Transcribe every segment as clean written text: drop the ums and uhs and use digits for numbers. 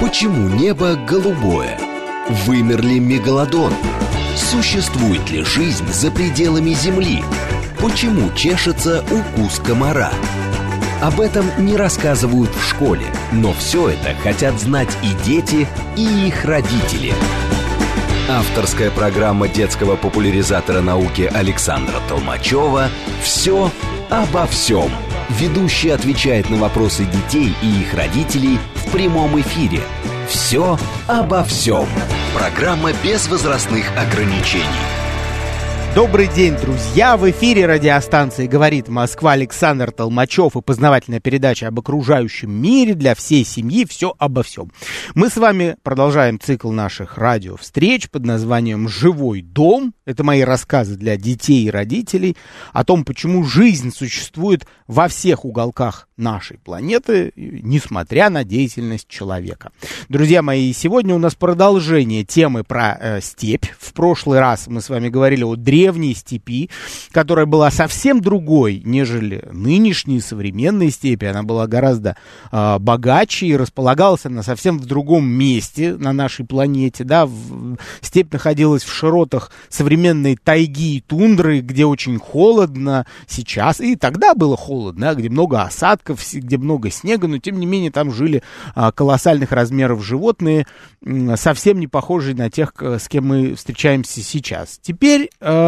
Почему небо голубое? Вымер ли мегалодон? Существует ли жизнь за пределами Земли? Почему чешется укус комара? Об этом не рассказывают в школе, но все это хотят знать и дети, и их родители. Авторская программа детского популяризатора науки Александра Толмачева «Все обо всем». Ведущий отвечает на вопросы детей и их родителей в прямом эфире. «Все обо всем». Программа без возрастных ограничений. Добрый день, друзья! В эфире радиостанции «Говорит Москва» Александр Толмачев и познавательная передача об окружающем мире для всей семьи «Все обо всем». Мы с вами продолжаем цикл наших радиовстреч под названием «Живой дом». Это мои рассказы для детей и родителей о том, почему жизнь существует во всех уголках нашей планеты, несмотря на деятельность человека. Друзья мои, сегодня у нас продолжение темы про степь. В прошлый раз мы с вами говорили о древней степи, которая была совсем другой, нежели нынешние современные степи. Она была гораздо богаче и располагалась она совсем в другом месте на нашей планете. Да? Степь находилась в широтах современной тайги и тундры, где очень холодно сейчас, и тогда было холодно, где много осадков, где много снега, но тем не менее там жили колоссальных размеров животные, совсем не похожие на тех, с кем мы встречаемся сейчас. Теперь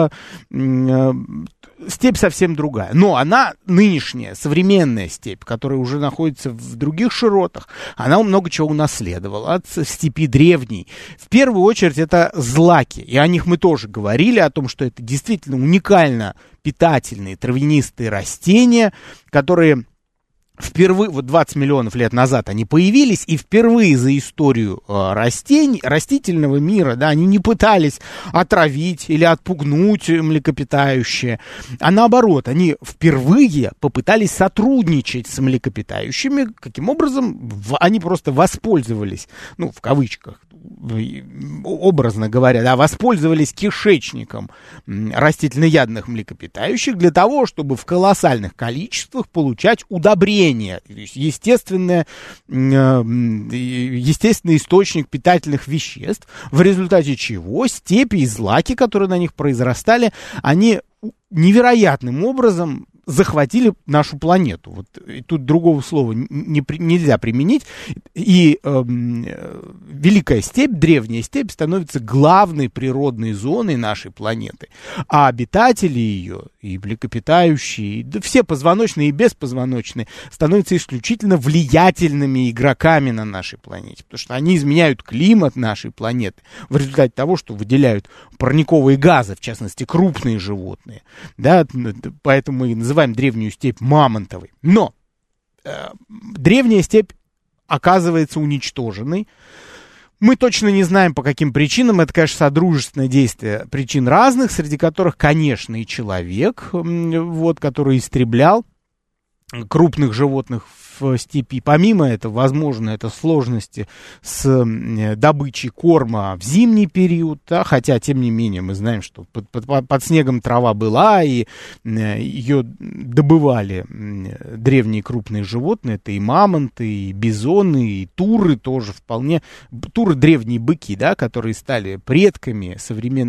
степь совсем другая, но она нынешняя, современная степь, которая уже находится в других широтах, она много чего унаследовала от степи древней. В первую очередь это злаки, и о них мы тоже говорили, о том, что это действительно уникально питательные травянистые растения, которые впервые, вот 20 миллионов лет назад они появились, и впервые за историю растительного мира, да, они не пытались отравить или отпугнуть млекопитающие, а наоборот, они впервые попытались сотрудничать с млекопитающими. Каким образом? Они просто воспользовались, ну, в кавычках, образно говоря, да, воспользовались кишечником растительноядных млекопитающих для того, чтобы в колоссальных количествах получать удобрения. Естественный источник питательных веществ, в результате чего степи и злаки, которые на них произрастали, они невероятным образом захватили нашу планету. Вот, и тут другого слова нельзя применить. И Великая степь, древняя степь, становится главной природной зоной нашей планеты. А обитатели ее, и млекопитающие, да все позвоночные и беспозвоночные, становятся исключительно влиятельными игроками на нашей планете. Потому что они изменяют климат нашей планеты в результате того, что выделяют парниковые газы, в частности, крупные животные. Да, поэтому мы называем древнюю степь мамонтовой. Но древняя степь оказывается уничтоженной. Мы точно не знаем, по каким причинам. Это, конечно, содружественное действие причин разных, среди которых, конечно, и человек, вот, который истреблял крупных животных в степи. Помимо этого, возможно, это сложности с добычей корма в зимний период, да, хотя, тем не менее, мы знаем, что под снегом трава была, и ее добывали древние крупные животные, это и мамонты, и бизоны, и туры тоже вполне. Туры — древние быки, да, которые стали предками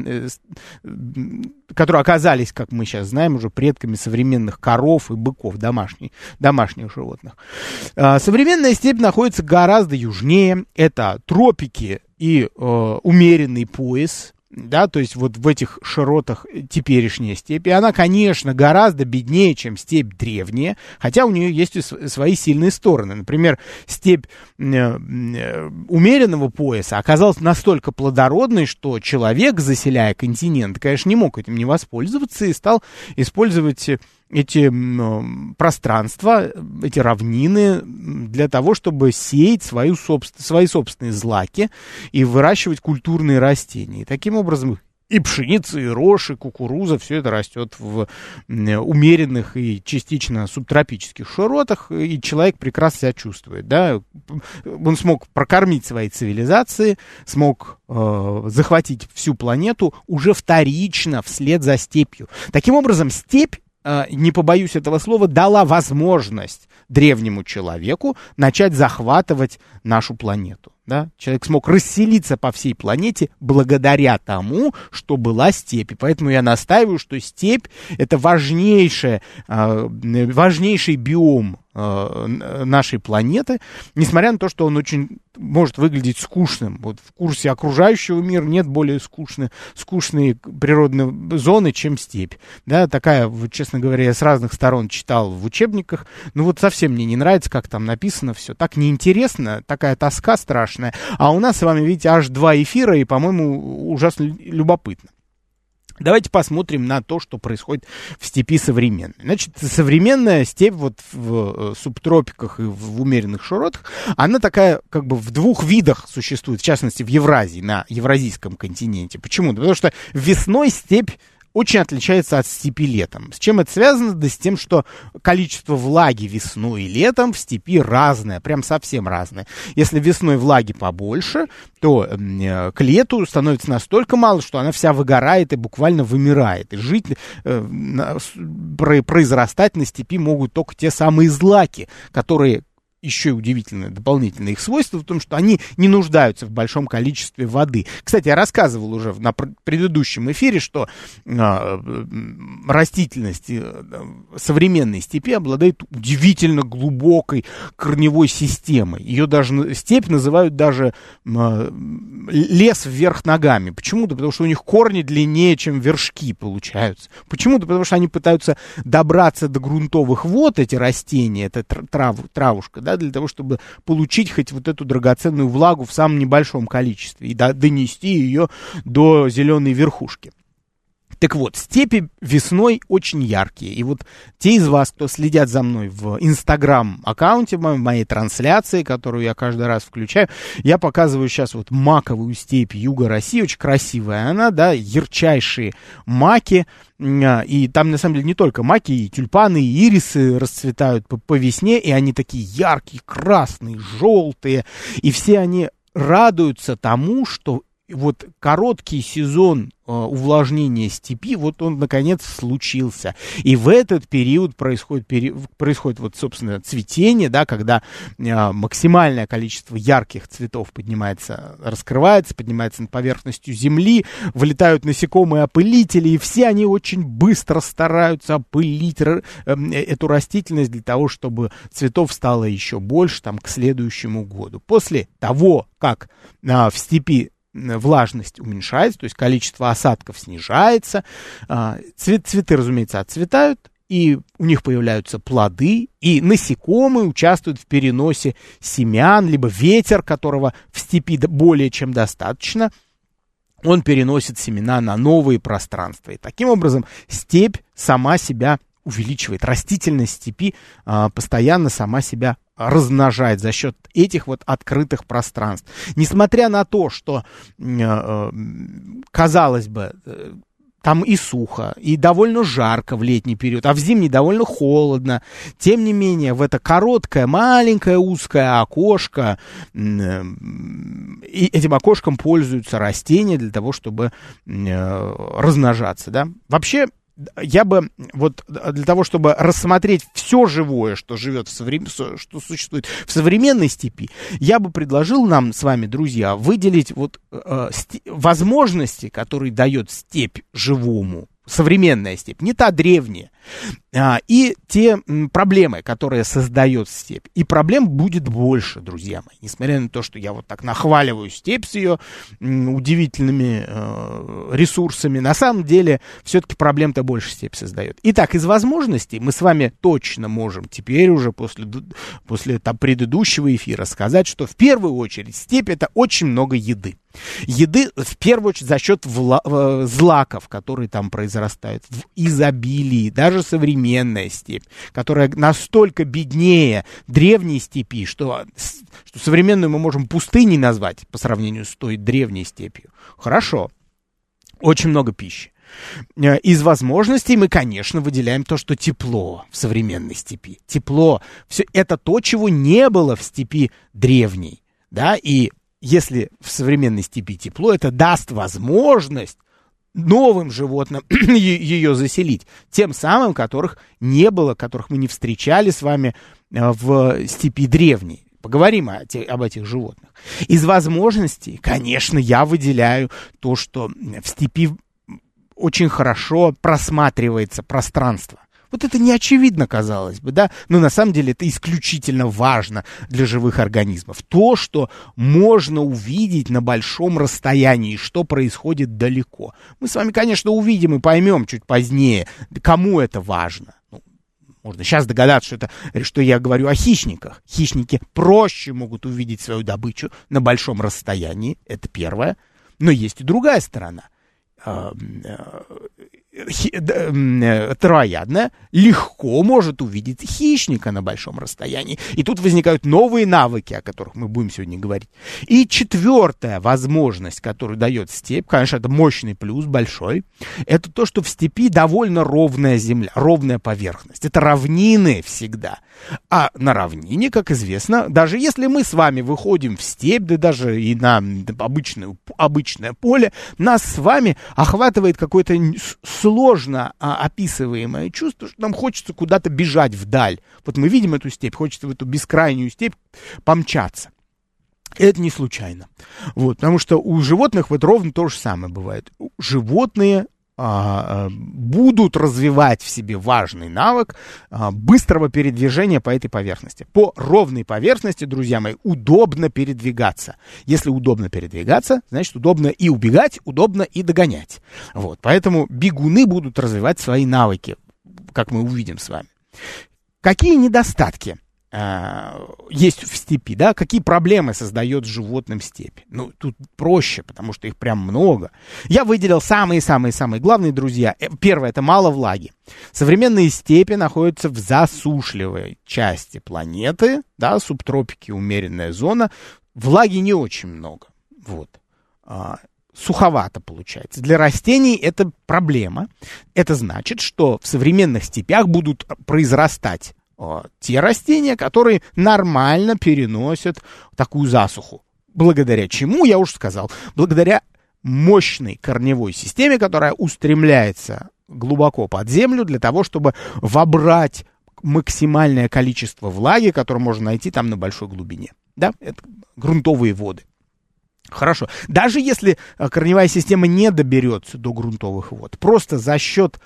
которые оказались, как мы сейчас знаем, уже предками современных коров и быков, домашних животных. Современная степь находится гораздо южнее. Это тропики и умеренный пояс. Да, то есть вот в этих широтах теперешняя степь. И она, конечно, гораздо беднее, чем степь древняя, хотя у нее есть свои сильные стороны. Например, степь умеренного пояса оказалась настолько плодородной, что человек, заселяя континент, конечно, не мог этим не воспользоваться и стал использовать эти пространства, эти равнины для того, чтобы сеять свои собственные злаки и выращивать культурные растения. И таким образом и пшеница, и рожь, и кукуруза, все это растет в умеренных и частично субтропических широтах, и человек прекрасно себя чувствует. Да? Он смог прокормить свои цивилизации, смог захватить всю планету уже вторично, вслед за степью. Таким образом, степь, не побоюсь этого слова, дала возможность древнему человеку начать захватывать нашу планету. Да? Человек смог расселиться по всей планете благодаря тому, что была степь. И поэтому я настаиваю, что степь — это важнейший биом нашей планеты, несмотря на то, что он очень может выглядеть скучным. Вот в курсе окружающего мира нет более скучной природной зоны, чем степь. Да, такая, вот, честно говоря, я с разных сторон читал в учебниках, но вот совсем мне не нравится, как там написано все. Так неинтересно, такая тоска страшная. А у нас с вами, видите, аж 2 эфира, и, по-моему, ужасно любопытно. Давайте посмотрим на то, что происходит в степи современной. Значит, современная степь вот в субтропиках и в умеренных широтах, она такая как бы в 2 видах существует, в частности в Евразии, на Евразийском континенте. Почему? Да потому что весной степь очень отличается от степи летом. С чем это связано? Да с тем, что количество влаги весной и летом в степи разное, прям совсем разное. Если весной влаги побольше, то к лету становится настолько мало, что она вся выгорает и буквально вымирает. И произрастать на степи могут только те самые злаки, которые... Еще удивительное дополнительное их свойство в том, что они не нуждаются в большом количестве воды. Кстати, я рассказывал уже на предыдущем эфире, что растительность современной степи обладает удивительно глубокой корневой системой. Ее даже степь называют даже лес вверх ногами. Почему-то, потому что у них корни длиннее, чем вершки получаются. Почему-то, потому что они пытаются добраться до грунтовых вод, эти растения, это травушка, да, для того, чтобы получить хоть вот эту драгоценную влагу в самом небольшом количестве и донести ее до зеленой верхушки. Так вот, степи весной очень яркие. И вот те из вас, кто следят за мной в Инстаграм-аккаунте, в моей трансляции, которую я каждый раз включаю, я показываю сейчас вот маковую степь юга России, очень красивая она, да, ярчайшие маки. И там, на самом деле, не только маки, и тюльпаны, и ирисы расцветают по весне, и они такие яркие, красные, желтые, и все они радуются тому, что вот короткий сезон увлажнения степи, вот он, наконец, случился. И в этот период происходит вот, собственно, цветение, да, когда максимальное количество ярких цветов раскрывается, поднимается над поверхностью земли, вылетают насекомые-опылители, и все они очень быстро стараются опылить эту растительность для того, чтобы цветов стало еще больше там, к следующему году. После того, как в степи влажность уменьшается, то есть количество осадков снижается, цветы, разумеется, отцветают, и у них появляются плоды, и насекомые участвуют в переносе семян, либо ветер, которого в степи более чем достаточно, он переносит семена на новые пространства. И таким образом степь сама себя увеличивает. Растительность степи постоянно сама себя размножает за счет этих вот открытых пространств. Несмотря на то, что, казалось бы, там и сухо, и довольно жарко в летний период, а в зимний довольно холодно. Тем не менее, в это короткое, маленькое, узкое окошко, и этим окошком пользуются растения для того, чтобы размножаться. Да? Вообще, я бы вот для того, чтобы рассмотреть все живое, что живет что существует в современной степи, я бы предложил нам с вами, друзья, выделить вот возможности, которые дает степь живому, современная степь, не та древняя, и те проблемы, которые создает степь. И проблем будет больше, друзья мои. Несмотря на то, что я вот так нахваливаю степь с ее удивительными ресурсами, на самом деле все-таки проблем-то больше степь создает. Итак, из возможностей мы с вами точно можем теперь уже после предыдущего эфира сказать, что в первую очередь степь — это очень много еды. Еды, в первую очередь, за счет злаков, которые там произрастают в изобилии. Даже современная степь, которая настолько беднее древней степи, что современную мы можем пустыней назвать по сравнению с той древней степью. Хорошо. Очень много пищи. Из возможностей мы, конечно, выделяем то, что тепло в современной степи. Тепло. Все это то, чего не было в степи древней. Да, и если в современной степи тепло, это даст возможность новым животным ее заселить, тем самым, которых не было, которых мы не встречали с вами в степи древней. Поговорим об этих животных. Из возможностей, конечно, я выделяю то, что в степи очень хорошо просматривается пространство. Вот это не очевидно, казалось бы, да, но на самом деле это исключительно важно для живых организмов. То, что можно увидеть на большом расстоянии, что происходит далеко. Мы с вами, конечно, увидим и поймем чуть позднее, кому это важно. Можно сейчас догадаться, что я говорю о хищниках. Хищники проще могут увидеть свою добычу на большом расстоянии, это первое. Но есть и другая сторона. Травоядная легко может увидеть хищника на большом расстоянии. И тут возникают новые навыки, о которых мы будем сегодня говорить. И четвертая возможность, которую дает степь, конечно, это мощный плюс, большой, это то, что в степи довольно ровная земля, ровная поверхность. Это равнины всегда. А на равнине, как известно, даже если мы с вами выходим в степь, да даже и на обычное поле, нас с вами охватывает какое-то сложно описываемое чувство, что нам хочется куда-то бежать вдаль. Вот мы видим эту степь, хочется в эту бескрайнюю степь помчаться. Это не случайно. Вот, потому что у животных вот ровно то же самое бывает. Животные будут развивать в себе важный навык быстрого передвижения по этой поверхности. По ровной поверхности, друзья мои, удобно передвигаться. Если удобно передвигаться, значит, удобно и убегать, удобно и догонять. Вот, поэтому бегуны будут развивать свои навыки, как мы увидим с вами. Какие недостатки есть в степи, да, какие проблемы создает животным степь? Ну, тут проще, потому что их прям много. Я выделил самые-самые-самые главные, друзья. Первое, это мало влаги. Современные степи находятся в засушливой части планеты, да, субтропики, умеренная зона. Влаги не очень много, вот. Суховато получается. Для растений это проблема. Это значит, что в современных степях будут произрастать те растения, которые нормально переносят такую засуху. Благодаря чему, я уже сказал, благодаря мощной корневой системе, которая устремляется глубоко под землю для того, чтобы вобрать максимальное количество влаги, которое можно найти там на большой глубине. Да? Это грунтовые воды. Хорошо. Даже если корневая система не доберется до грунтовых вод, просто за счет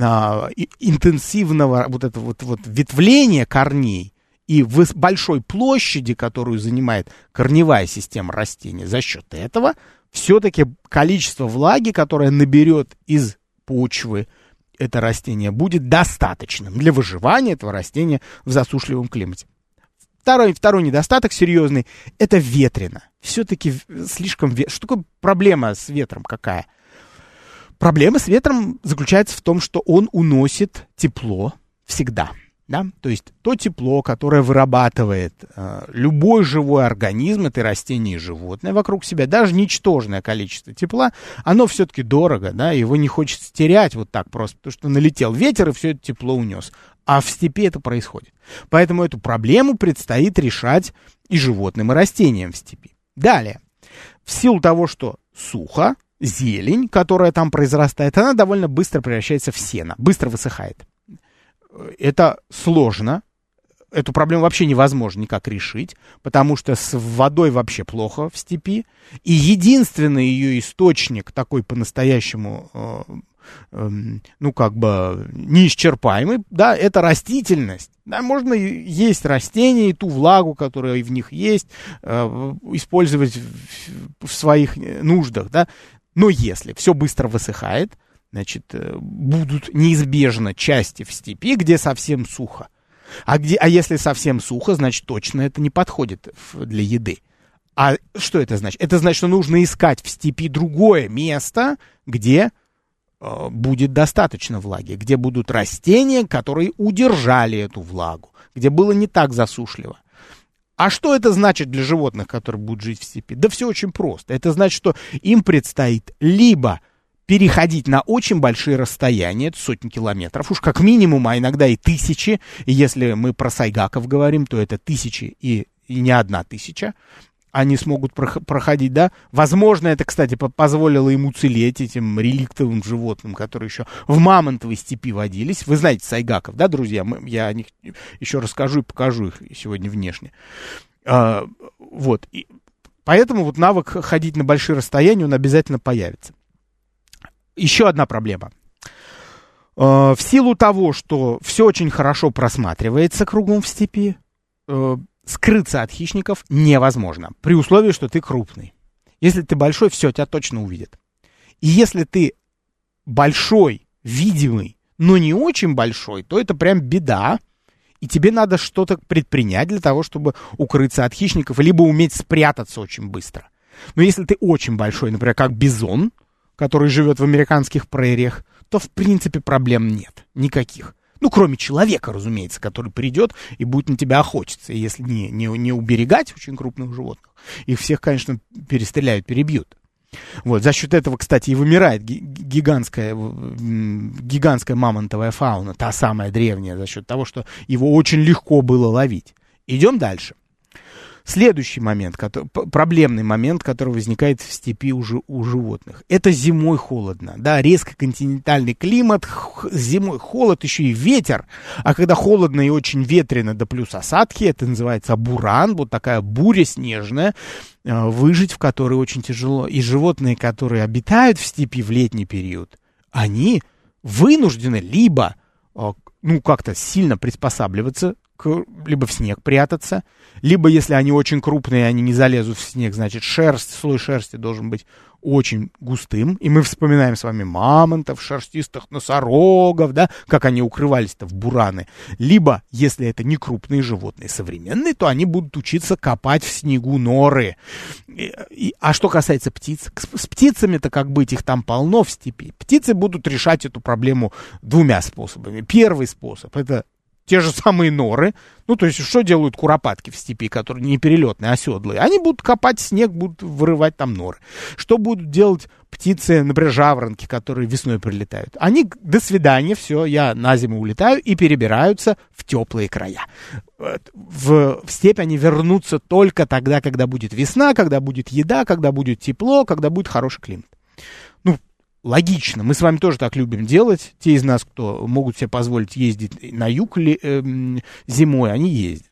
интенсивного вот этого вот ветвления корней и большой площади, которую занимает корневая система растения, за счет этого все-таки количество влаги, которое наберет из почвы это растение, будет достаточным для выживания этого растения в засушливом климате. Второй недостаток серьезный – это ветрено. Все-таки слишком... Что такое проблема с ветром какая? Проблема с ветром заключается в том, что он уносит тепло всегда. Да? То есть то тепло, которое вырабатывает любой живой организм, это и растение, и животное вокруг себя, даже ничтожное количество тепла, оно все-таки дорого, да? Его не хочется терять вот так просто, потому что налетел ветер и все это тепло унес. А в степи это происходит. Поэтому эту проблему предстоит решать и животным, и растениям в степи. Далее. В силу того, что сухо, зелень, которая там произрастает, она довольно быстро превращается в сено, быстро высыхает. Это сложно. Эту проблему вообще невозможно никак решить, потому что с водой вообще плохо в степи. И единственный ее источник такой по-настоящему... ну, как бы, неисчерпаемый, да, это растительность. Да, можно есть растения и ту влагу, которая в них есть, использовать в своих нуждах, да. Но если все быстро высыхает, значит, будут неизбежно части в степи, где совсем сухо. А если совсем сухо, значит, точно это не подходит для еды. А что это значит? Это значит, что нужно искать в степи другое место, где будет достаточно влаги, где будут растения, которые удержали эту влагу, где было не так засушливо. А что это значит для животных, которые будут жить в степи? Да все очень просто. Это значит, что им предстоит либо переходить на очень большие расстояния, это сотни километров, уж как минимум, а иногда и тысячи, и если мы про сайгаков говорим, то это тысячи и не 1000, они смогут проходить, да. Возможно, это, кстати, позволило им уцелеть, этим реликтовым животным, которые еще в мамонтовой степи водились. Вы знаете сайгаков, да, друзья? Я о них еще расскажу и покажу их сегодня внешне. Вот. И поэтому вот навык ходить на большие расстояния, он обязательно появится. Еще одна проблема. В силу того, что все очень хорошо просматривается кругом в степи, скрыться от хищников невозможно, при условии, что ты крупный. Если ты большой, все, тебя точно увидят. И если ты большой, видимый, но не очень большой, то это прям беда, и тебе надо что-то предпринять для того, чтобы укрыться от хищников, либо уметь спрятаться очень быстро. Но если ты очень большой, например, как бизон, который живет в американских прериях, то, в принципе, проблем нет никаких. Ну, кроме человека, разумеется, который придет и будет на тебя охотиться. И если не уберегать очень крупных животных, их всех, конечно, перестреляют, перебьют. Вот, за счет этого, кстати, и вымирает гигантская мамонтовая фауна, та самая древняя, за счет того, что его очень легко было ловить. Идем дальше. Следующий момент, проблемный момент, который возникает в степи у животных. Это зимой холодно, да, резко континентальный климат, зимой холод, еще и ветер. А когда холодно и очень ветрено, да плюс осадки, это называется буран, вот такая буря снежная, выжить в которой очень тяжело. И животные, которые обитают в степи в летний период, они вынуждены либо, как-то сильно приспосабливаться, либо в снег прятаться, либо, если они очень крупные, они не залезут в снег, значит, слой шерсти должен быть очень густым. И мы вспоминаем с вами мамонтов, шерстистых носорогов, да, как они укрывались-то в бураны. Либо, если это не крупные животные современные, то они будут учиться копать в снегу норы. А что касается птиц, с птицами-то как быть, их там полно в степи. Птицы будут решать эту проблему двумя способами. Первый способ — это те же самые норы. Ну, то есть, что делают куропатки в степи, которые не перелетные, а седлые? Они будут копать снег, будут вырывать там норы. Что будут делать птицы, например, жаворонки, которые весной прилетают? Они, до свидания, все, я на зиму улетаю, и перебираются в теплые края. В степь они вернутся только тогда, когда будет весна, когда будет еда, когда будет тепло, когда будет хороший климат. Логично, мы с вами тоже так любим делать. Те из нас, кто могут себе позволить ездить на юг зимой, они ездят.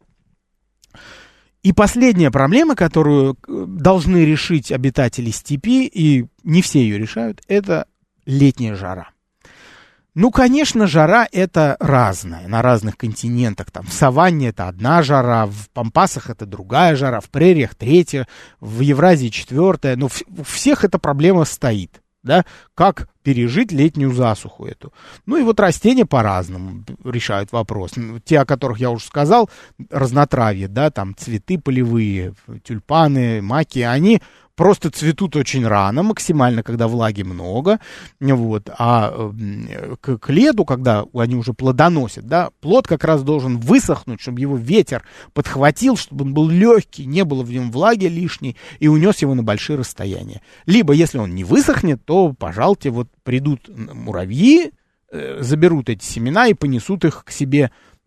И последняя проблема, которую должны решить обитатели степи, и не все ее решают, это летняя жара. Ну, конечно, жара это разная, на разных континентах. Там в саванне это одна жара, в пампасах это другая жара, в прериях третья, в Евразии четвертая. Но у всех эта проблема стоит. Да, как пережить летнюю засуху эту. Ну и вот растения по-разному решают вопрос. Те, о которых я уже сказал, разнотравье, да, там цветы полевые, тюльпаны, маки, они просто цветут очень рано, максимально, когда влаги много, вот, а к лету, когда они уже плодоносят, да, плод как раз должен высохнуть, чтобы его ветер подхватил, чтобы он был легкий, не было в нем влаги лишней, и унес его на большие расстояния. Либо, если он не высохнет, то, пожалуйте, вот придут муравьи, заберут эти семена и понесут их к себе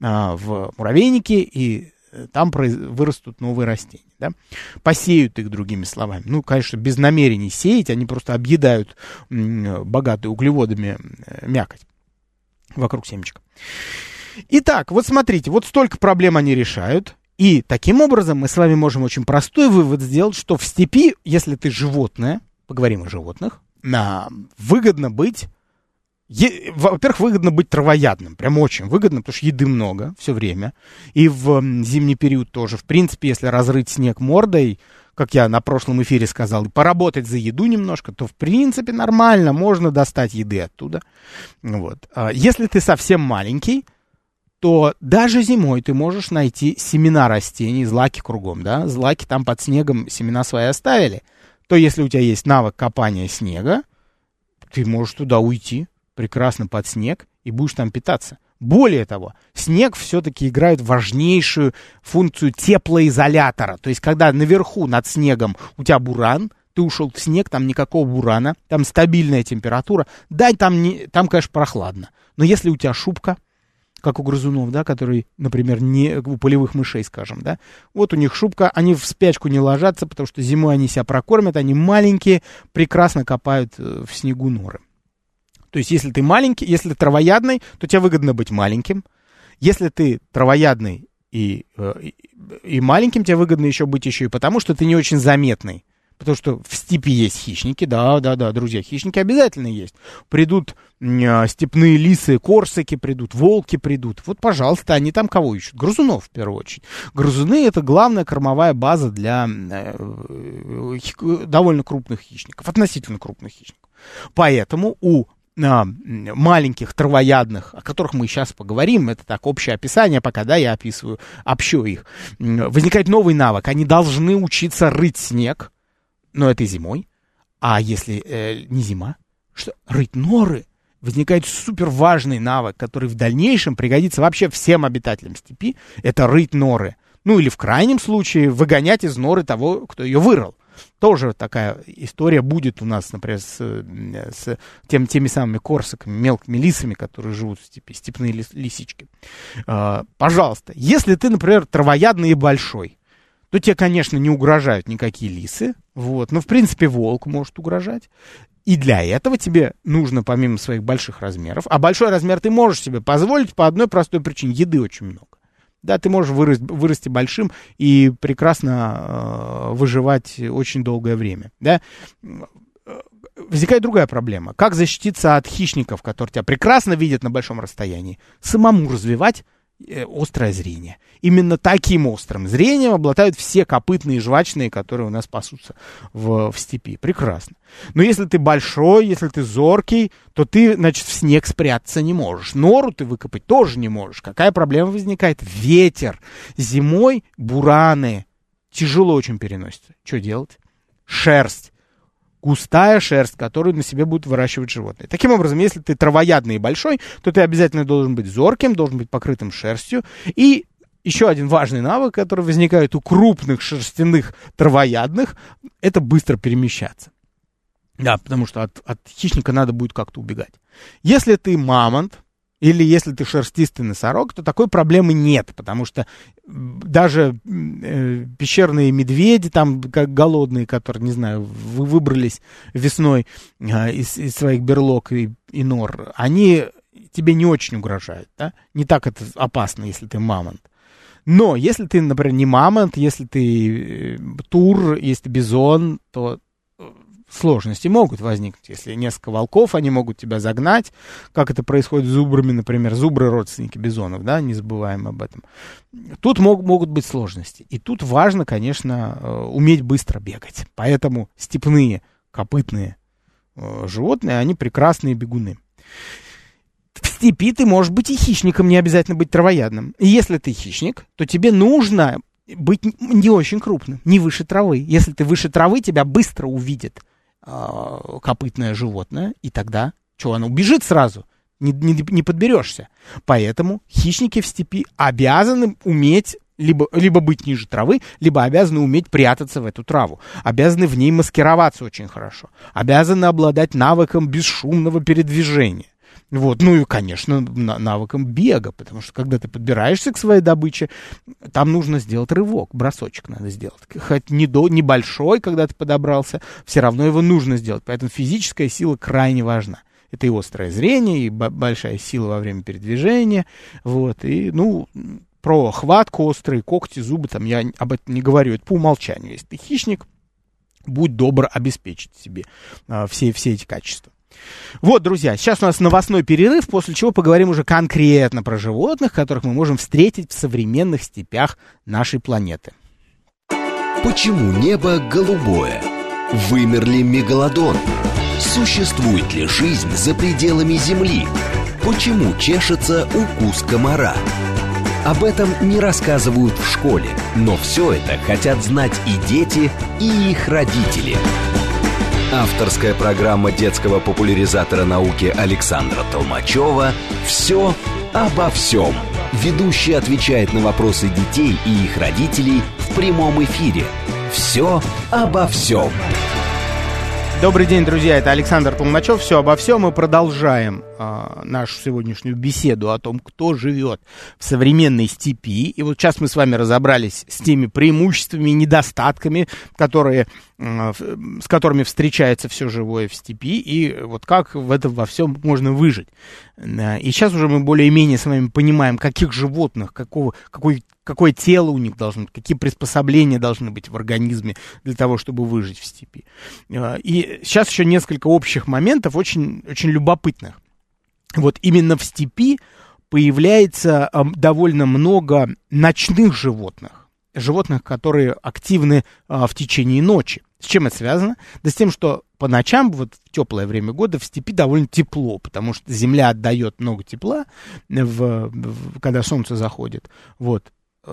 в муравейники, и там вырастут новые растения, да? Посеют их, другими словами. Ну, конечно, без намерений сеять, они просто объедают богатую углеводами мякоть вокруг семечка. Итак, вот смотрите, вот столько проблем они решают, и таким образом мы с вами можем очень простой вывод сделать, что в степи, если ты животное, поговорим о животных, выгодно быть... Во-первых, выгодно быть травоядным, прям очень выгодно, потому что еды много все время, и в зимний период тоже. В принципе, если разрыть снег мордой, как я на прошлом эфире сказал, и поработать за еду немножко, то в принципе нормально, можно достать еды оттуда. Вот. Если ты совсем маленький, то даже зимой ты можешь найти семена растений, злаки кругом, да, злаки там под снегом семена свои оставили, то если у тебя есть навык копания снега, ты можешь туда уйти прекрасно под снег и будешь там питаться. Более того, снег все-таки играет важнейшую функцию теплоизолятора. То есть, когда наверху над снегом у тебя буран, ты ушел в снег, там никакого бурана, там стабильная температура. Да, там, конечно, прохладно. Но если у тебя шубка, как у грызунов, да, которые, например, не у полевых мышей, скажем, да, вот у них шубка, они в спячку не ложатся, потому что зимой они себя прокормят, они маленькие, прекрасно копают в снегу норы. То есть, если ты маленький, если ты травоядный, то тебе выгодно быть маленьким. Если ты травоядный И маленьким тебе выгодно еще быть еще и потому, что ты не очень заметный. Потому что в степи есть хищники, да, друзья, хищники обязательно есть. Придут степные лисы, корсаки придут, волки придут. Вот, пожалуйста, они там кого ищут? Грызунов, в первую очередь. Грызуны — это главная кормовая база для довольно крупных хищников, относительно крупных хищников. Поэтому у маленьких травоядных, о которых мы сейчас поговорим, это так, общее описание, пока, да, я общо их, возникает новый навык. Они должны учиться рыть снег, но это зимой. А если не зима, что рыть норы, возникает супер важный навык, который в дальнейшем пригодится вообще всем обитателям степи, это рыть норы. Ну или в крайнем случае выгонять из норы того, кто ее вырыл. Тоже такая история будет у нас, например, с теми самыми корсаками, мелкими лисами, которые живут в степи, степные лисички. Пожалуйста, если ты, например, травоядный и большой, то тебе, конечно, не угрожают никакие лисы, вот, но, в принципе, волк может угрожать. И для этого тебе нужно, помимо своих больших размеров, а большой размер ты можешь себе позволить по одной простой причине: еды очень много. Да, ты можешь вырасти большим и прекрасно выживать очень долгое время, да. Возникает другая проблема. Как защититься от хищников, которые тебя прекрасно видят на большом расстоянии? Самому развивать острое зрение. Именно таким острым зрением обладают все копытные жвачные, которые у нас пасутся в степи. Прекрасно. Но если ты большой, если ты зоркий, то ты, значит, в снег спрятаться не можешь. Нору ты выкопать тоже не можешь. Какая проблема возникает? Ветер. Зимой бураны тяжело очень переносятся. Что делать? Шерсть. Густая шерсть, которую на себе будут выращивать животные. Таким образом, если ты травоядный и большой, то ты обязательно должен быть зорким, должен быть покрытым шерстью. И еще один важный навык, который возникает у крупных шерстяных травоядных, это быстро перемещаться. Да, потому что от хищника надо будет как-то убегать. Если ты мамонт, или если ты шерстистый носорог, то такой проблемы нет, потому что даже пещерные медведи, там, как голодные, которые, не знаю, выбрались весной из своих берлог и нор, они тебе не очень угрожают, да? Не так это опасно, если ты мамонт. Но если ты, например, не мамонт, если ты тур, если ты бизон, то сложности могут возникнуть. Если несколько волков, они могут тебя загнать, как это происходит с зубрами, например. Зубры — родственники бизонов, да, не забываем об этом. Тут могут быть сложности. И тут важно, конечно, уметь быстро бегать. Поэтому степные, копытные животные, они прекрасные бегуны. В степи ты можешь быть и хищником, не обязательно быть травоядным. И если ты хищник, то тебе нужно быть не очень крупным, не выше травы. Если ты выше травы, тебя быстро увидит копытное животное, и тогда, что, оно убежит сразу, не подберешься. Поэтому хищники в степи обязаны уметь либо быть ниже травы, либо обязаны уметь прятаться в эту траву, обязаны в ней маскироваться очень хорошо, обязаны обладать навыком бесшумного передвижения. Вот. Ну и, конечно, навыком бега, потому что когда ты подбираешься к своей добыче, там нужно сделать рывок, бросочек надо сделать. Хоть небольшой, когда ты подобрался, все равно его нужно сделать. Поэтому физическая сила крайне важна. Это и острое зрение, и большая сила во время передвижения. Вот. И, ну, про хватку, острые когти, зубы, там я об этом не говорю. Это по умолчанию. Если ты хищник, будь добр обеспечить себе все эти качества. Вот, друзья, сейчас у нас новостной перерыв, после чего поговорим уже конкретно про животных, которых мы можем встретить в современных степях нашей планеты. Почему небо голубое? Вымер ли мегалодон? Существует ли жизнь за пределами Земли? Почему чешется укус комара? Об этом не рассказывают в школе, но все это хотят знать и дети, и их родители. Авторская программа детского популяризатора науки Александра Толмачева «Все обо всем». Ведущий отвечает на вопросы детей и их родителей в прямом эфире. «Все обо всем». Добрый день, друзья, это Александр Толмачев. «Все обо всем». Мы продолжаем нашу сегодняшнюю беседу о том, кто живет в современной степи. И вот сейчас мы с вами разобрались с теми преимуществами и недостатками, с которыми встречается все живое в степи, и вот как в этом во всем можно выжить. И сейчас уже мы более-менее с вами понимаем, каких животных, какое тело у них должно быть, какие приспособления должны быть в организме для того, чтобы выжить в степи. И сейчас еще несколько общих моментов, очень, очень любопытных. Вот именно в степи появляется довольно много ночных животных, которые активны в течение ночи. С чем это связано? Да с тем, что по ночам, вот в теплое время года, в степи довольно тепло, потому что земля отдает много тепла, когда солнце заходит. Вот.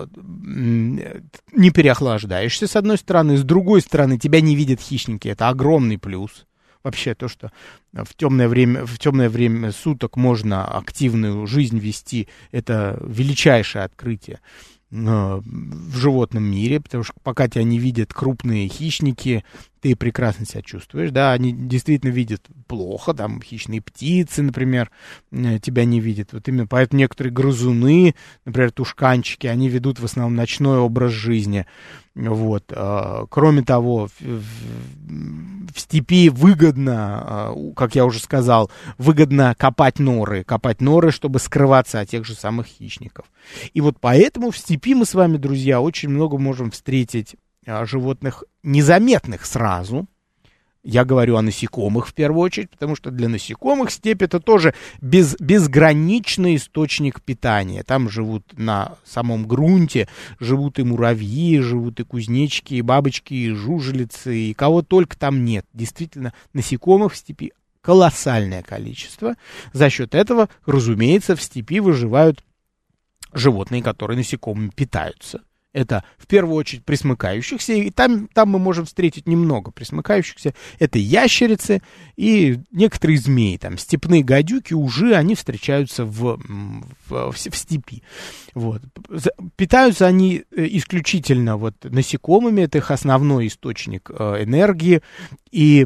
Не переохлаждаешься, с одной стороны, с другой стороны, тебя не видят хищники, это огромный плюс. Вообще то, что в темное время суток можно активную жизнь вести, это величайшее открытие в животном мире, потому что пока тебя не видят крупные хищники, ты прекрасно себя чувствуешь, да, они действительно видят плохо, там хищные птицы, например, тебя не видят, вот именно поэтому некоторые грызуны, например, тушканчики, они ведут в основном ночной образ жизни, вот, кроме того, в степи выгодно, как я уже сказал, выгодно копать норы, чтобы скрываться от тех же самых хищников, и вот поэтому в степи мы с вами, друзья, очень много можем встретить животных незаметных сразу. Я говорю о насекомых в первую очередь, потому что для насекомых степь это тоже безграничный источник питания. Там живут на самом грунте, живут и муравьи, живут и кузнечики, и бабочки, и жужелицы, и кого только там нет. Действительно, насекомых в степи колоссальное количество. За счет этого, разумеется, в степи выживают животные, которые насекомыми питаются. Это в первую очередь пресмыкающихся, и там мы можем встретить немного пресмыкающихся. Это ящерицы и некоторые змеи, там степные гадюки, ужи, они встречаются в степи. Вот. Питаются они исключительно вот насекомыми, это их основной источник энергии, и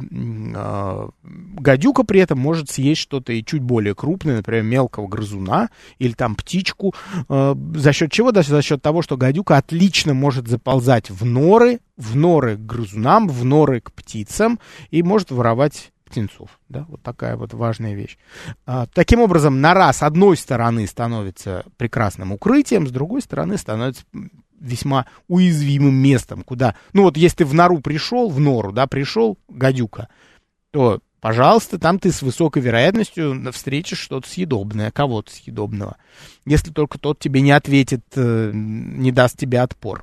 гадюка при этом может съесть что-то и чуть более крупное, например, мелкого грызуна или там птичку, за счет чего? Да, за счет того, что гадюка отлично может заползать в норы к грызунам, в норы к птицам и может воровать птенцов. Да? Вот такая вот важная вещь. Таким образом, нора с одной стороны становится прекрасным укрытием, с другой стороны становится весьма уязвимым местом, куда, ну вот если ты в нору пришел, пришел гадюка, то, пожалуйста, там ты с высокой вероятностью встретишь что-то съедобное, кого-то съедобного. Если только тот тебе не ответит, не даст тебе отпор.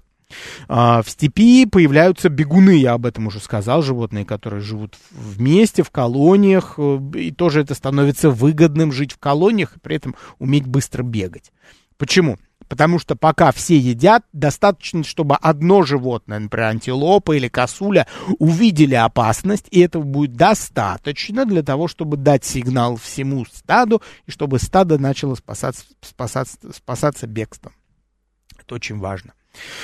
В степи появляются бегуны, я об этом уже сказал, животные, которые живут вместе, в колониях, и тоже это становится выгодным жить в колониях и при этом уметь быстро бегать. Почему? Потому что пока все едят, достаточно, чтобы одно животное, например, антилопа или косуля, увидели опасность, и этого будет достаточно для того, чтобы дать сигнал всему стаду, и чтобы стадо начало спасаться бегством. Это очень важно.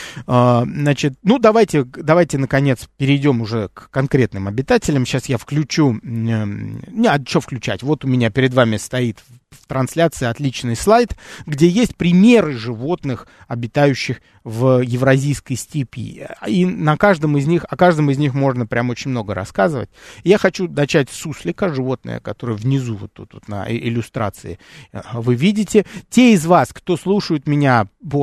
Значит, ну давайте наконец перейдем уже к конкретным обитателям. Сейчас я включу, что включать? Вот у меня перед вами стоит в трансляции отличный слайд, где есть примеры животных, обитающих в евразийской степи. И о каждом из них можно прям очень много рассказывать. Я хочу начать с суслика, животное, которое внизу вот тут на иллюстрации вы видите. Те из вас, кто слушают меня по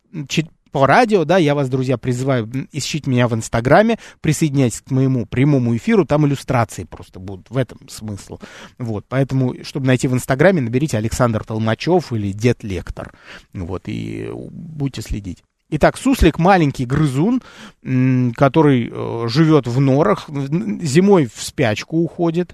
радио, да, я вас, друзья, призываю, ищите меня в Инстаграме, присоединяйтесь к моему прямому эфиру, там иллюстрации просто будут, в этом смысл. Вот, поэтому, чтобы найти в Инстаграме, наберите Александр Толмачев или Дед Лектор, вот, и будете следить. Итак, суслик — маленький грызун, который живет в норах, зимой в спячку уходит,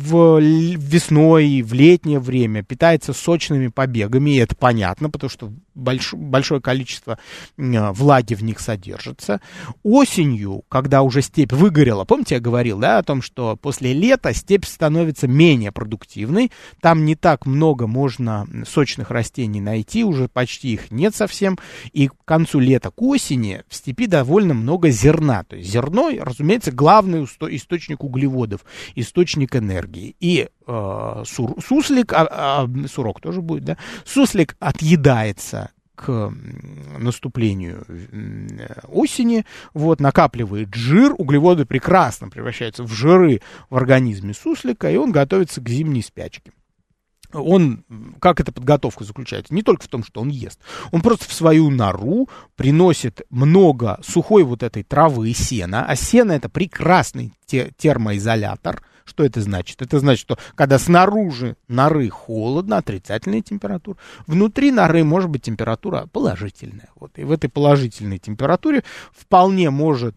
весной, в летнее время питается сочными побегами, и это понятно, потому что большое количество влаги в них содержится. Осенью, когда уже степь выгорела, помните, я говорил, да, о том, что после лета степь становится менее продуктивной, там не так много можно сочных растений найти, уже почти их нет совсем, и к концу лета, к осени в степи довольно много зерна, то есть зерно, разумеется, главный источник углеводов, источник энергии, и суслик, сурок тоже будет, да, суслик отъедается к наступлению осени, вот, накапливает жир, углеводы прекрасно превращаются в жиры в организме суслика, и он готовится к зимней спячке. Как эта подготовка заключается? Не только в том, что он ест. Он просто в свою нору приносит много сухой вот этой травы и сена, а сено — это прекрасный термоизолятор. Что это значит? Это значит, что когда снаружи норы холодно, отрицательная температура, внутри норы может быть температура положительная. Вот. И в этой положительной температуре вполне может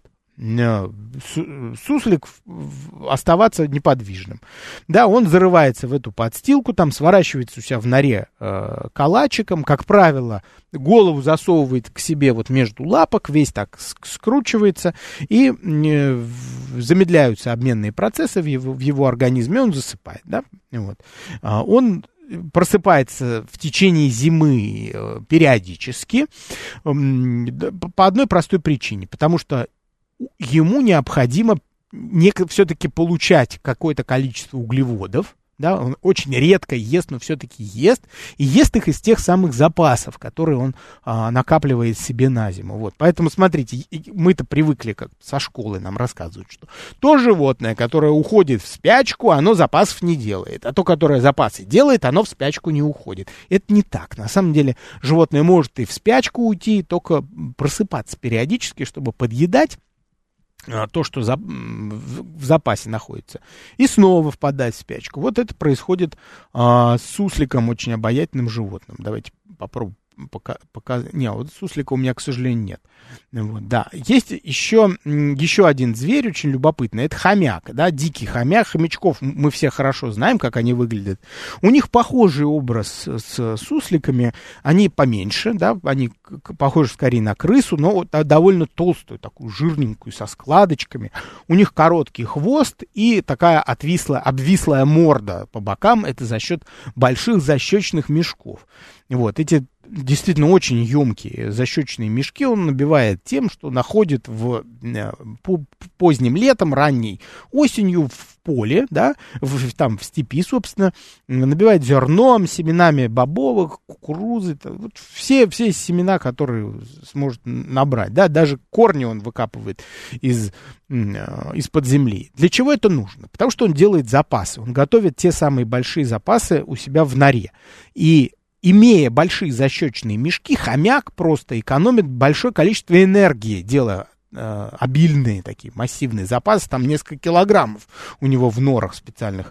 суслик оставаться неподвижным. Да, он зарывается в эту подстилку, там сворачивается у себя в норе калачиком, как правило, голову засовывает к себе вот между лапок, весь так скручивается, и замедляются обменные процессы в его организме, он засыпает, да, вот. Он просыпается в течение зимы периодически по одной простой причине, потому что ему необходимо все-таки получать какое-то количество углеводов, да, он очень редко ест, но все-таки ест, и ест их из тех самых запасов, которые он накапливает себе на зиму. Вот. Поэтому, смотрите, мы-то привыкли, как со школы нам рассказывают, что то животное, которое уходит в спячку, оно запасов не делает, а то, которое запасы делает, оно в спячку не уходит. Это не так. На самом деле животное может и в спячку уйти, только просыпаться периодически, чтобы подъедать то, что в запасе находится, и снова впадать в спячку. Вот это происходит с сусликом, очень обаятельным животным. Давайте попробуем показать. Не, вот суслика у меня, к сожалению, нет. Вот, да. Есть еще один зверь очень любопытный. Это хомяк, да, дикий хомяк. Хомячков мы все хорошо знаем, как они выглядят. У них похожий образ с сусликами. Они поменьше, да, они похожи скорее на крысу, но довольно толстую, такую жирненькую, со складочками. У них короткий хвост и такая обвислая морда по бокам. Это за счет больших защечных мешков. Вот, эти действительно очень емкие защечные мешки он набивает тем, что находит поздним летом, ранней осенью в поле, да, там в степи, собственно, набивает зерном, семенами бобовых, кукурузы, вот все семена, которые сможет набрать, да, даже корни он выкапывает из-под земли. Для чего это нужно? Потому что он делает запасы, он готовит те самые большие запасы у себя в норе. И имея большие защечные мешки, хомяк просто экономит большое количество энергии, делая обильные такие массивные запасы, там несколько килограммов у него в норах специальных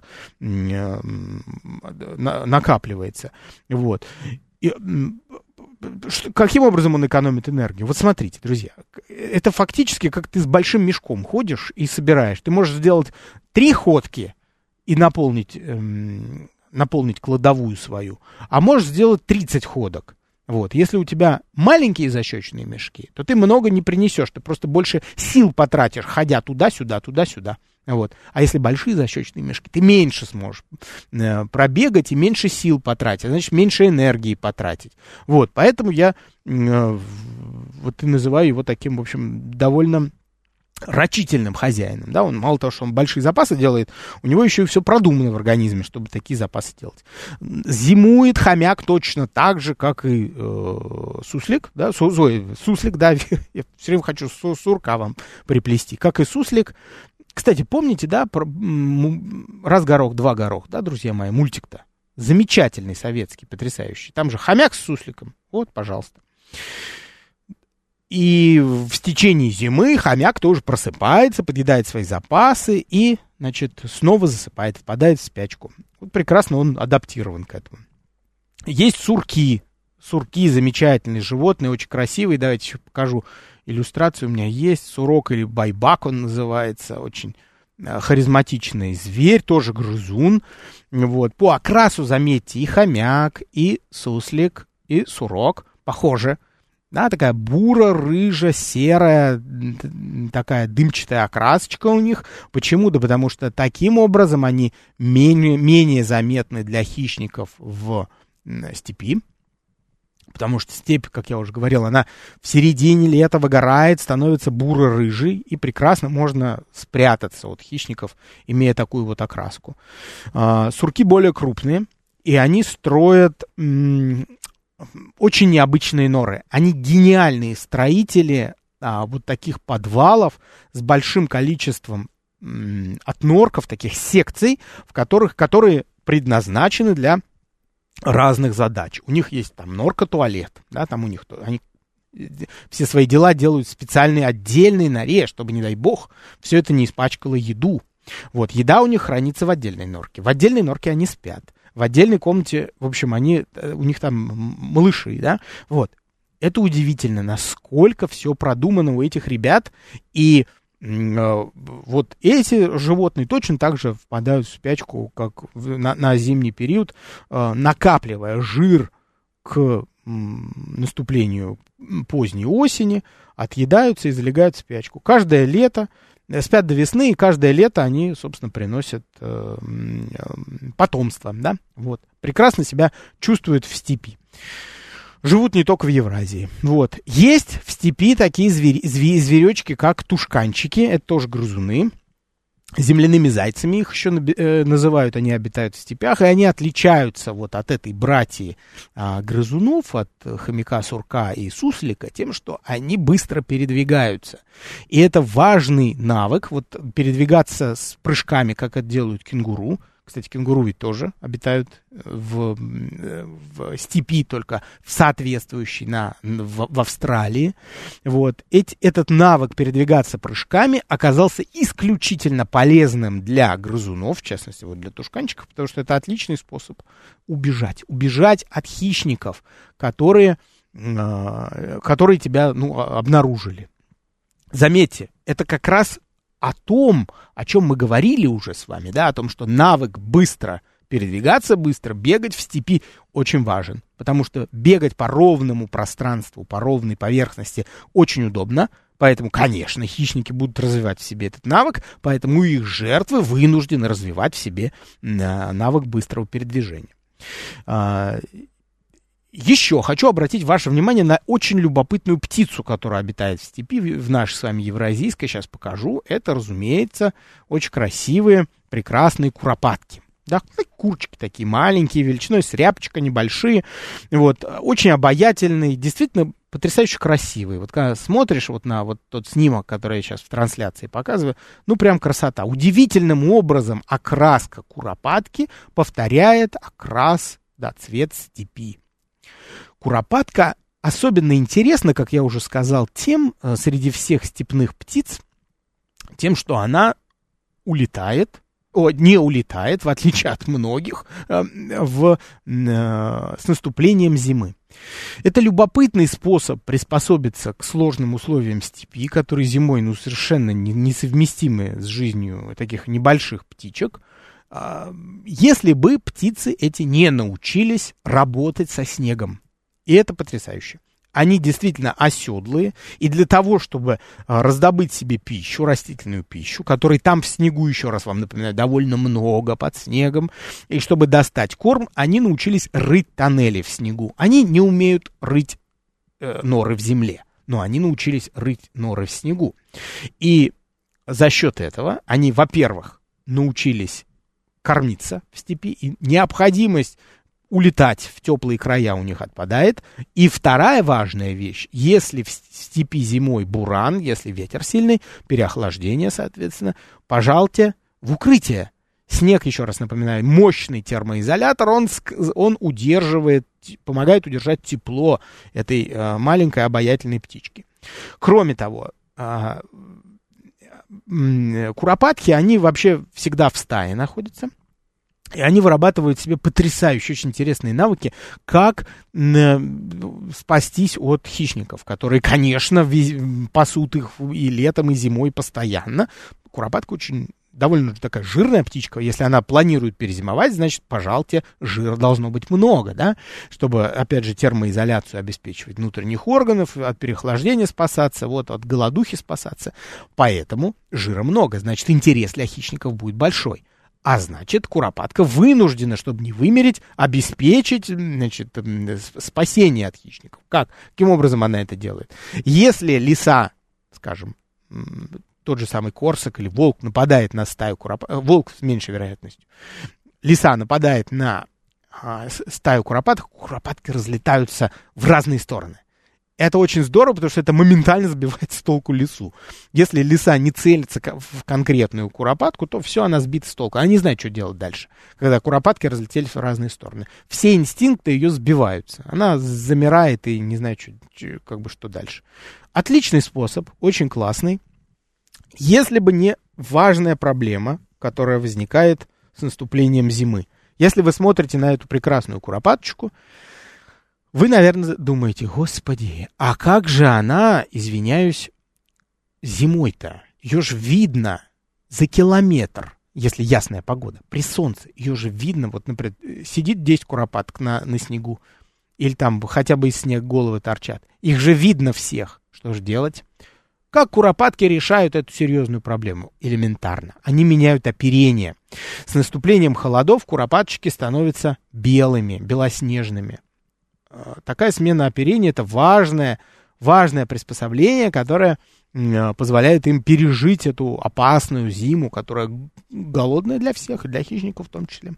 накапливается. Вот. И, каким образом он экономит энергию? Вот смотрите, друзья, это фактически как ты с большим мешком ходишь и собираешь. Ты можешь сделать 3 ходки и наполнить кладовую свою, а можешь сделать 30 ходок. Вот. Если у тебя маленькие защечные мешки, то ты много не принесешь, ты просто больше сил потратишь, ходя туда-сюда, туда-сюда. Вот. А если большие защечные мешки, ты меньше сможешь пробегать и меньше сил потратить, значит, меньше энергии потратить. Вот. Поэтому я вот и называю его таким, в общем, довольно рачительным хозяином, да, он мало того, что он большие запасы делает, у него еще и все продумано в организме, чтобы такие запасы делать. Зимует хомяк точно так же, как и суслик, да, суслик, да, я все время хочу сурка вам приплести, как и суслик. Кстати, помните, да, раз горох, два горох, да, друзья мои, мультик-то замечательный, советский, потрясающий. Там же хомяк с сусликом, вот, пожалуйста. И в течение зимы хомяк тоже просыпается, подъедает свои запасы и, значит, снова засыпает, впадает в спячку. Вот прекрасно он адаптирован к этому. Есть сурки. Сурки замечательные животные, очень красивые. Давайте еще покажу иллюстрацию. У меня есть сурок или байбак он называется. Очень харизматичный зверь, тоже грызун. Вот. По окрасу, заметьте, и хомяк, и суслик, и сурок похожи. Да, такая буро-рыжо-серая, такая дымчатая окрасочка у них. Почему? Да потому что таким образом они менее заметны для хищников в степи. Потому что степь, как я уже говорил, она в середине лета выгорает, становится буро-рыжей, и прекрасно можно спрятаться от хищников, имея такую вот окраску. Сурки более крупные, и они строят очень необычные норы. Они гениальные строители вот таких подвалов с большим количеством отнорков, таких секций, которые предназначены для разных задач. У них есть там норка-туалет, да, там у них они все свои дела делают в специальной отдельной норе, чтобы, не дай бог, все это не испачкало еду. Вот, еда у них хранится в отдельной норке. В отдельной норке они спят. В отдельной комнате, в общем, у них там малыши, да, вот. Это удивительно, насколько все продумано у этих ребят, и вот эти животные точно так же впадают в спячку, как на зимний период, накапливая жир к наступлению поздней осени, отъедаются и залегают в спячку. Каждое лето, спят до весны, и каждое лето они, собственно, приносят потомство, да, вот. Прекрасно себя чувствуют в степи. Живут не только в Евразии. Вот. Есть в степи такие зверечки, как тушканчики, это тоже грызуны. Земляными зайцами их еще называют, они обитают в степях, и они отличаются вот от этой братьи грызунов, от хомяка, сурка и суслика, тем, что они быстро передвигаются. И это важный навык, вот передвигаться с прыжками, как это делают кенгуру. Кстати, кенгуру ведь тоже обитают в степи, только в соответствующей в Австралии. Вот. Этот навык передвигаться прыжками оказался исключительно полезным для грызунов, в частности, вот для тушканчиков, потому что это отличный способ убежать от хищников, которые тебя обнаружили. Заметьте, это как раз о том, о чем мы говорили уже с вами, да, о том, что навык быстро передвигаться, быстро бегать в степи очень важен, потому что бегать по ровному пространству, по ровной поверхности очень удобно, поэтому, конечно, хищники будут развивать в себе этот навык, поэтому их жертвы вынуждены развивать в себе навык быстрого передвижения. Еще хочу обратить ваше внимание на очень любопытную птицу, которая обитает в степи, в нашей с вами евразийской, сейчас покажу. Это, разумеется, очень красивые, прекрасные куропатки. Да, курочки такие маленькие, величиной с рябчика, небольшие, вот, очень обаятельные, действительно потрясающе красивые. Вот когда смотришь вот на вот тот снимок, который я сейчас в трансляции показываю, ну прям красота. Удивительным образом окраска куропатки повторяет окрас, да, цвет степи. Куропатка особенно интересна, как я уже сказал, тем, среди всех степных птиц, тем, что она не улетает, в отличие от многих, с наступлением зимы. Это любопытный способ приспособиться к сложным условиям степи, которые зимой совершенно несовместимы с жизнью таких небольших птичек, если бы птицы эти не научились работать со снегом. И это потрясающе. Они действительно оседлые, и для того, чтобы раздобыть себе пищу, растительную пищу, которой там в снегу, еще раз вам напоминаю, довольно много под снегом, и чтобы достать корм, они научились рыть тоннели в снегу. Они не умеют рыть норы в земле, но они научились рыть норы в снегу. И за счет этого они, во-первых, научились кормиться в степи, и необходимость улетать в теплые края у них отпадает. И вторая важная вещь, если в степи зимой буран, если ветер сильный, переохлаждение, соответственно, пожалуйте в укрытие. Снег, еще раз напоминаю, мощный термоизолятор, он помогает удержать тепло этой маленькой обаятельной птички. Кроме того, куропатки, они вообще всегда в стае находятся. И они вырабатывают в себе потрясающие, очень интересные навыки, как спастись от хищников, которые, конечно, пасут их и летом, и зимой постоянно. Куропатка очень довольно такая жирная птичка. Если она планирует перезимовать, значит, пожалуйте, жира должно быть много, да, чтобы, опять же, термоизоляцию обеспечивать внутренних органов, от переохлаждения спасаться, вот, от голодухи спасаться. Поэтому жира много, значит, интерес для хищников будет большой. А значит, куропатка вынуждена, чтобы не вымереть, обеспечить, значит, спасение от хищников. Как? Каким образом она это делает? Если лиса, скажем, тот же самый корсак или волк нападает на стаю куропаток, волк с меньшей вероятностью, лиса нападает на стаю куропаток, куропатки разлетаются в разные стороны. Это очень здорово, потому что это моментально сбивает с толку лису. Если лиса не целится в конкретную куропатку, то все, она сбита с толку. Она не знает, что делать дальше, когда куропатки разлетелись в разные стороны. Все инстинкты ее сбиваются. Она замирает и не знает, что дальше. Отличный способ, очень классный. Если бы не важная проблема, которая возникает с наступлением зимы. Если вы смотрите на эту прекрасную куропаточку, вы, наверное, думаете: господи, а как же она, извиняюсь, зимой-то? Ее же видно за километр, если ясная погода, при солнце. Ее же видно, вот, например, сидит 10 куропаток на снегу, или там хотя бы из снега головы торчат. Их же видно всех. Что же делать? Как куропатки решают эту серьезную проблему? Элементарно. Они меняют оперение. С наступлением холодов куропаточки становятся белыми, белоснежными. Такая смена оперения — это важное приспособление, которое позволяет им пережить эту опасную зиму, которая голодная для всех, и для хищников в том числе.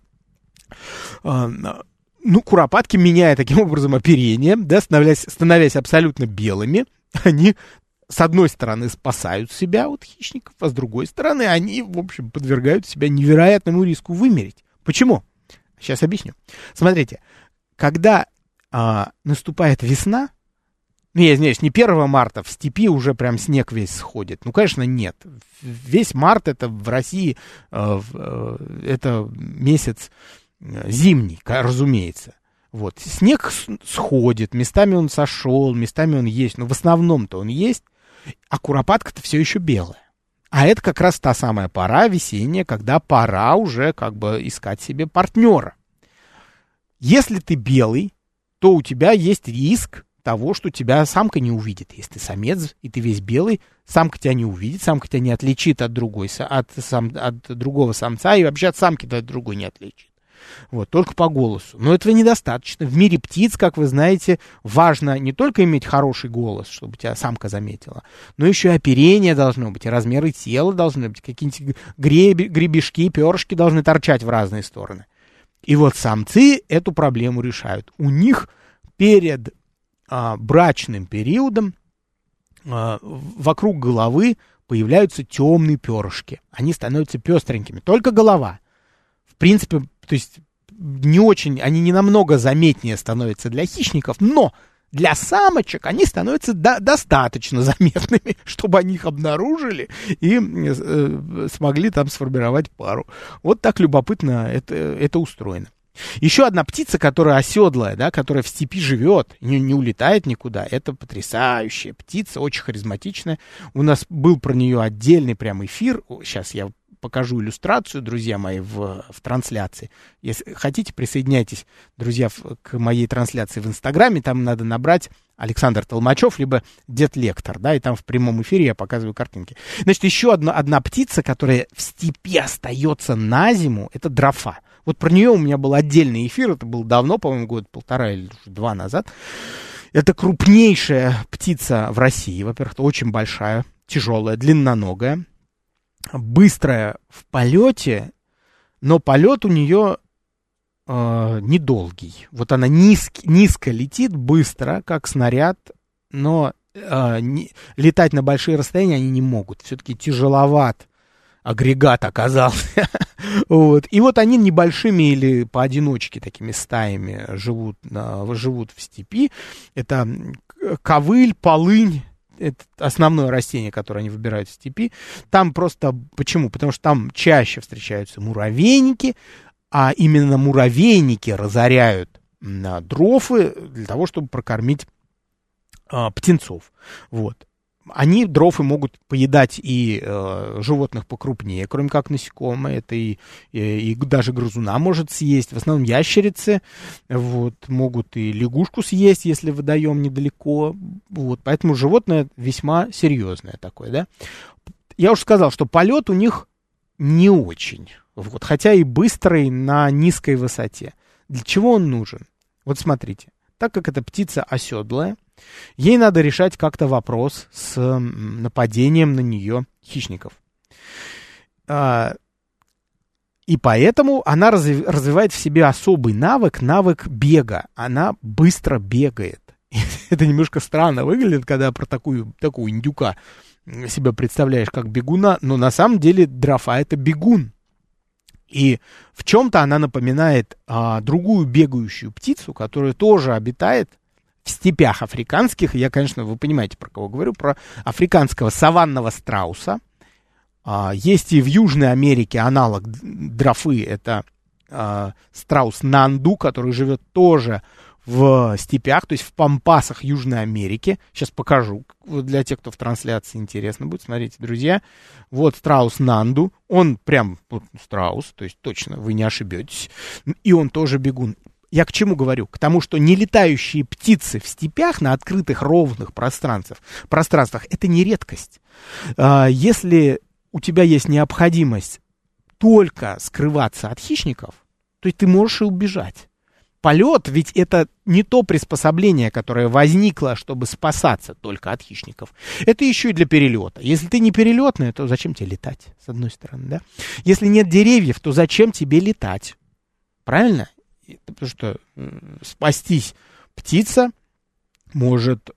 Куропатки, меняя таким образом оперение, да, становясь абсолютно белыми, они, с одной стороны, спасают себя от хищников, а с другой стороны, они, в общем, подвергают себя невероятному риску вымереть. Почему? Сейчас объясню. Смотрите, когда наступает весна, я извиняюсь, не 1 марта, в степи уже прям снег весь сходит. Конечно, нет. Весь март — это в России, это месяц зимний, разумеется. Вот. Снег сходит, местами он сошел, местами он есть, но в основном-то он есть, а куропатка-то все еще белая. А это как раз та самая пора весенняя, когда пора уже как бы искать себе партнера. Если ты белый, то у тебя есть риск того, что тебя самка не увидит. Если ты самец, и ты весь белый, самка тебя не увидит, самка тебя не отличит от другого самца, и вообще от самки-то от другой не отличит. Вот, только по голосу. Но этого недостаточно. В мире птиц, как вы знаете, важно не только иметь хороший голос, чтобы тебя самка заметила, но еще и оперение должно быть, и размеры тела должны быть, какие-нибудь гребешки, перышки должны торчать в разные стороны. И вот самцы эту проблему решают. У них перед брачным периодом вокруг головы появляются темные перышки. Они становятся пестренькими. Только голова. В принципе, то есть не очень, они не намного заметнее становятся для хищников, но для самочек они становятся достаточно заметными, чтобы они их обнаружили и смогли там сформировать пару. Вот так любопытно это устроено. Еще одна птица, которая оседлая, да, которая в степи живет, не улетает никуда, это потрясающая птица, очень харизматичная. У нас был про нее отдельный прям эфир. Сейчас я покажу иллюстрацию, друзья мои, в трансляции. Если хотите, присоединяйтесь, друзья, к моей трансляции в Инстаграме. Там надо набрать Александр Толмачев, либо Дед Лектор, да, и там в прямом эфире я показываю картинки. Значит, еще одна птица, которая в степи остается на зиму, это дрофа. Вот про нее у меня был отдельный эфир, это было давно, по-моему, 1,5 или 2 назад. Это крупнейшая птица в России, во-первых, очень большая, тяжелая, длинноногая, быстрая в полете, но полет у нее недолгий. Вот она низко летит, быстро, как снаряд, но летать на большие расстояния они не могут. Все-таки тяжеловат агрегат оказался. Вот. И вот они небольшими или поодиночке такими стаями живут в степи. Это ковыль, полынь. Это основное растение, которое они выбирают в степи. Там просто... Почему? Потому что там чаще встречаются муравейники, а именно муравейники разоряют дрофы для того, чтобы прокормить птенцов. Вот. Они дров и могут поедать и животных покрупнее, кроме как насекомые. Это и даже грызуна может съесть. В основном ящерицы вот, могут и лягушку съесть, если водоем недалеко. Вот, поэтому животное весьма серьезное такое. Да? Я уже сказал, что полет у них не очень. Вот, хотя и быстрый на низкой высоте. Для чего он нужен? Вот смотрите. Так как эта птица оседлая, ей надо решать как-то вопрос с нападением на нее хищников. И поэтому она развивает в себе особый навык бега. Она быстро бегает. Это немножко странно выглядит, когда про такую индюка себя представляешь как бегуна, но на самом деле дрофа — это бегун. И в чем-то она напоминает другую бегающую птицу, которая тоже обитает в степях африканских. Я, конечно, вы понимаете, про кого говорю, про африканского саванного страуса. Есть и в Южной Америке аналог дрофы, это страус Нанду, который живет тоже в степях, то есть в пампасах Южной Америки. Сейчас покажу, для тех, кто в трансляции интересно будет. Смотрите, друзья, вот страус Нанду, он прям вот, страус, то есть точно вы не ошибетесь, и он тоже бегун. Я к чему говорю? К тому, что нелетающие птицы в степях на открытых ровных пространствах это не редкость. Если у тебя есть необходимость только скрываться от хищников, то ты можешь и убежать. Полет, ведь это не то приспособление, которое возникло, чтобы спасаться только от хищников. Это еще и для перелета. Если ты не перелетный, то зачем тебе летать, с одной стороны, да? Если нет деревьев, то зачем тебе летать? Правильно? Потому что спастись птица может,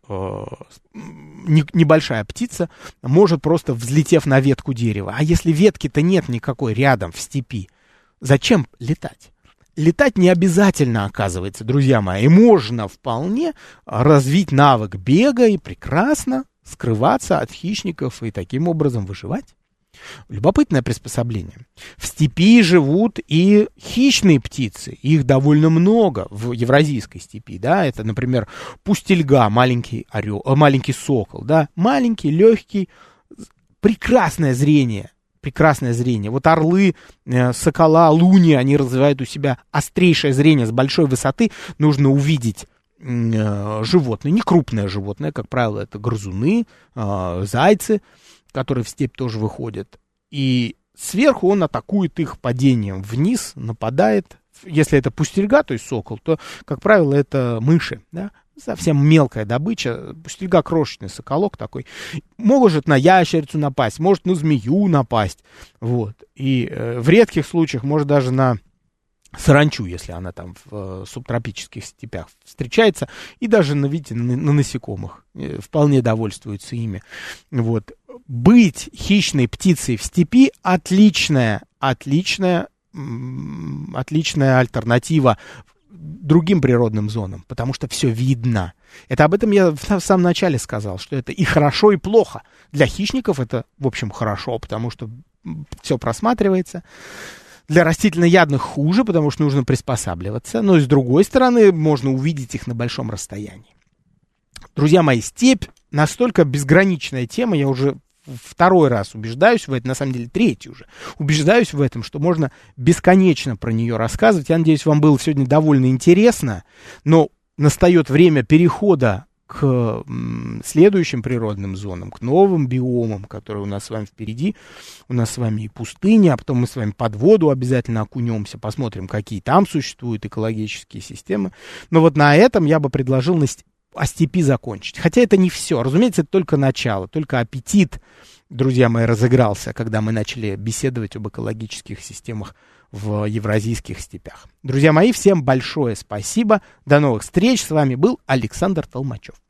небольшая птица может просто взлетев на ветку дерева. А если ветки-то нет никакой рядом в степи, зачем летать? Летать не обязательно, оказывается, друзья мои. И можно вполне развить навык бега и прекрасно скрываться от хищников и таким образом выживать. Любопытное приспособление. В степи живут и хищные птицы. Их довольно много в евразийской степи. Да? Это, например, пустельга, маленький сокол. Да? Маленький, легкий, прекрасное зрение. Прекрасное зрение. Вот орлы, сокола, луни, они развивают у себя острейшее зрение с большой высоты. Нужно увидеть животное, не крупное животное, как правило, это грызуны, зайцы, которые в степь тоже выходят. И сверху он атакует их падением вниз, нападает. Если это пустельга, то есть сокол, то, как правило, это мыши, да? Совсем мелкая добыча, пустельга крошечный соколок такой, может на ящерицу напасть, может на змею напасть, вот, и в редких случаях может даже на саранчу, если она там в субтропических степях встречается, и даже, видите, на насекомых, вполне довольствуется ими, вот. Быть хищной птицей в степи отличная альтернатива другим природным зонам, потому что все видно. Это об этом я в самом начале сказал, что это и хорошо, и плохо. Для хищников это, в общем, хорошо, потому что все просматривается. Для растительноядных хуже, потому что нужно приспосабливаться. Но и с другой стороны, можно увидеть их на большом расстоянии. Друзья мои, степь настолько безграничная тема, я уже второй раз убеждаюсь в этом, на самом деле третий уже, убеждаюсь в этом, что можно бесконечно про нее рассказывать. Я надеюсь, вам было сегодня довольно интересно, но настает время перехода к следующим природным зонам, к новым биомам, которые у нас с вами впереди. У нас с вами и пустыня, а потом мы с вами под воду обязательно окунемся, посмотрим, какие там существуют экологические системы. Но вот на этом я бы предложил о степи закончить. Хотя это не все. Разумеется, это только начало, только аппетит, друзья мои, разыгрался, когда мы начали беседовать об экологических системах в евразийских степях. Друзья мои, всем большое спасибо. До новых встреч. С вами был Александр Толмачев.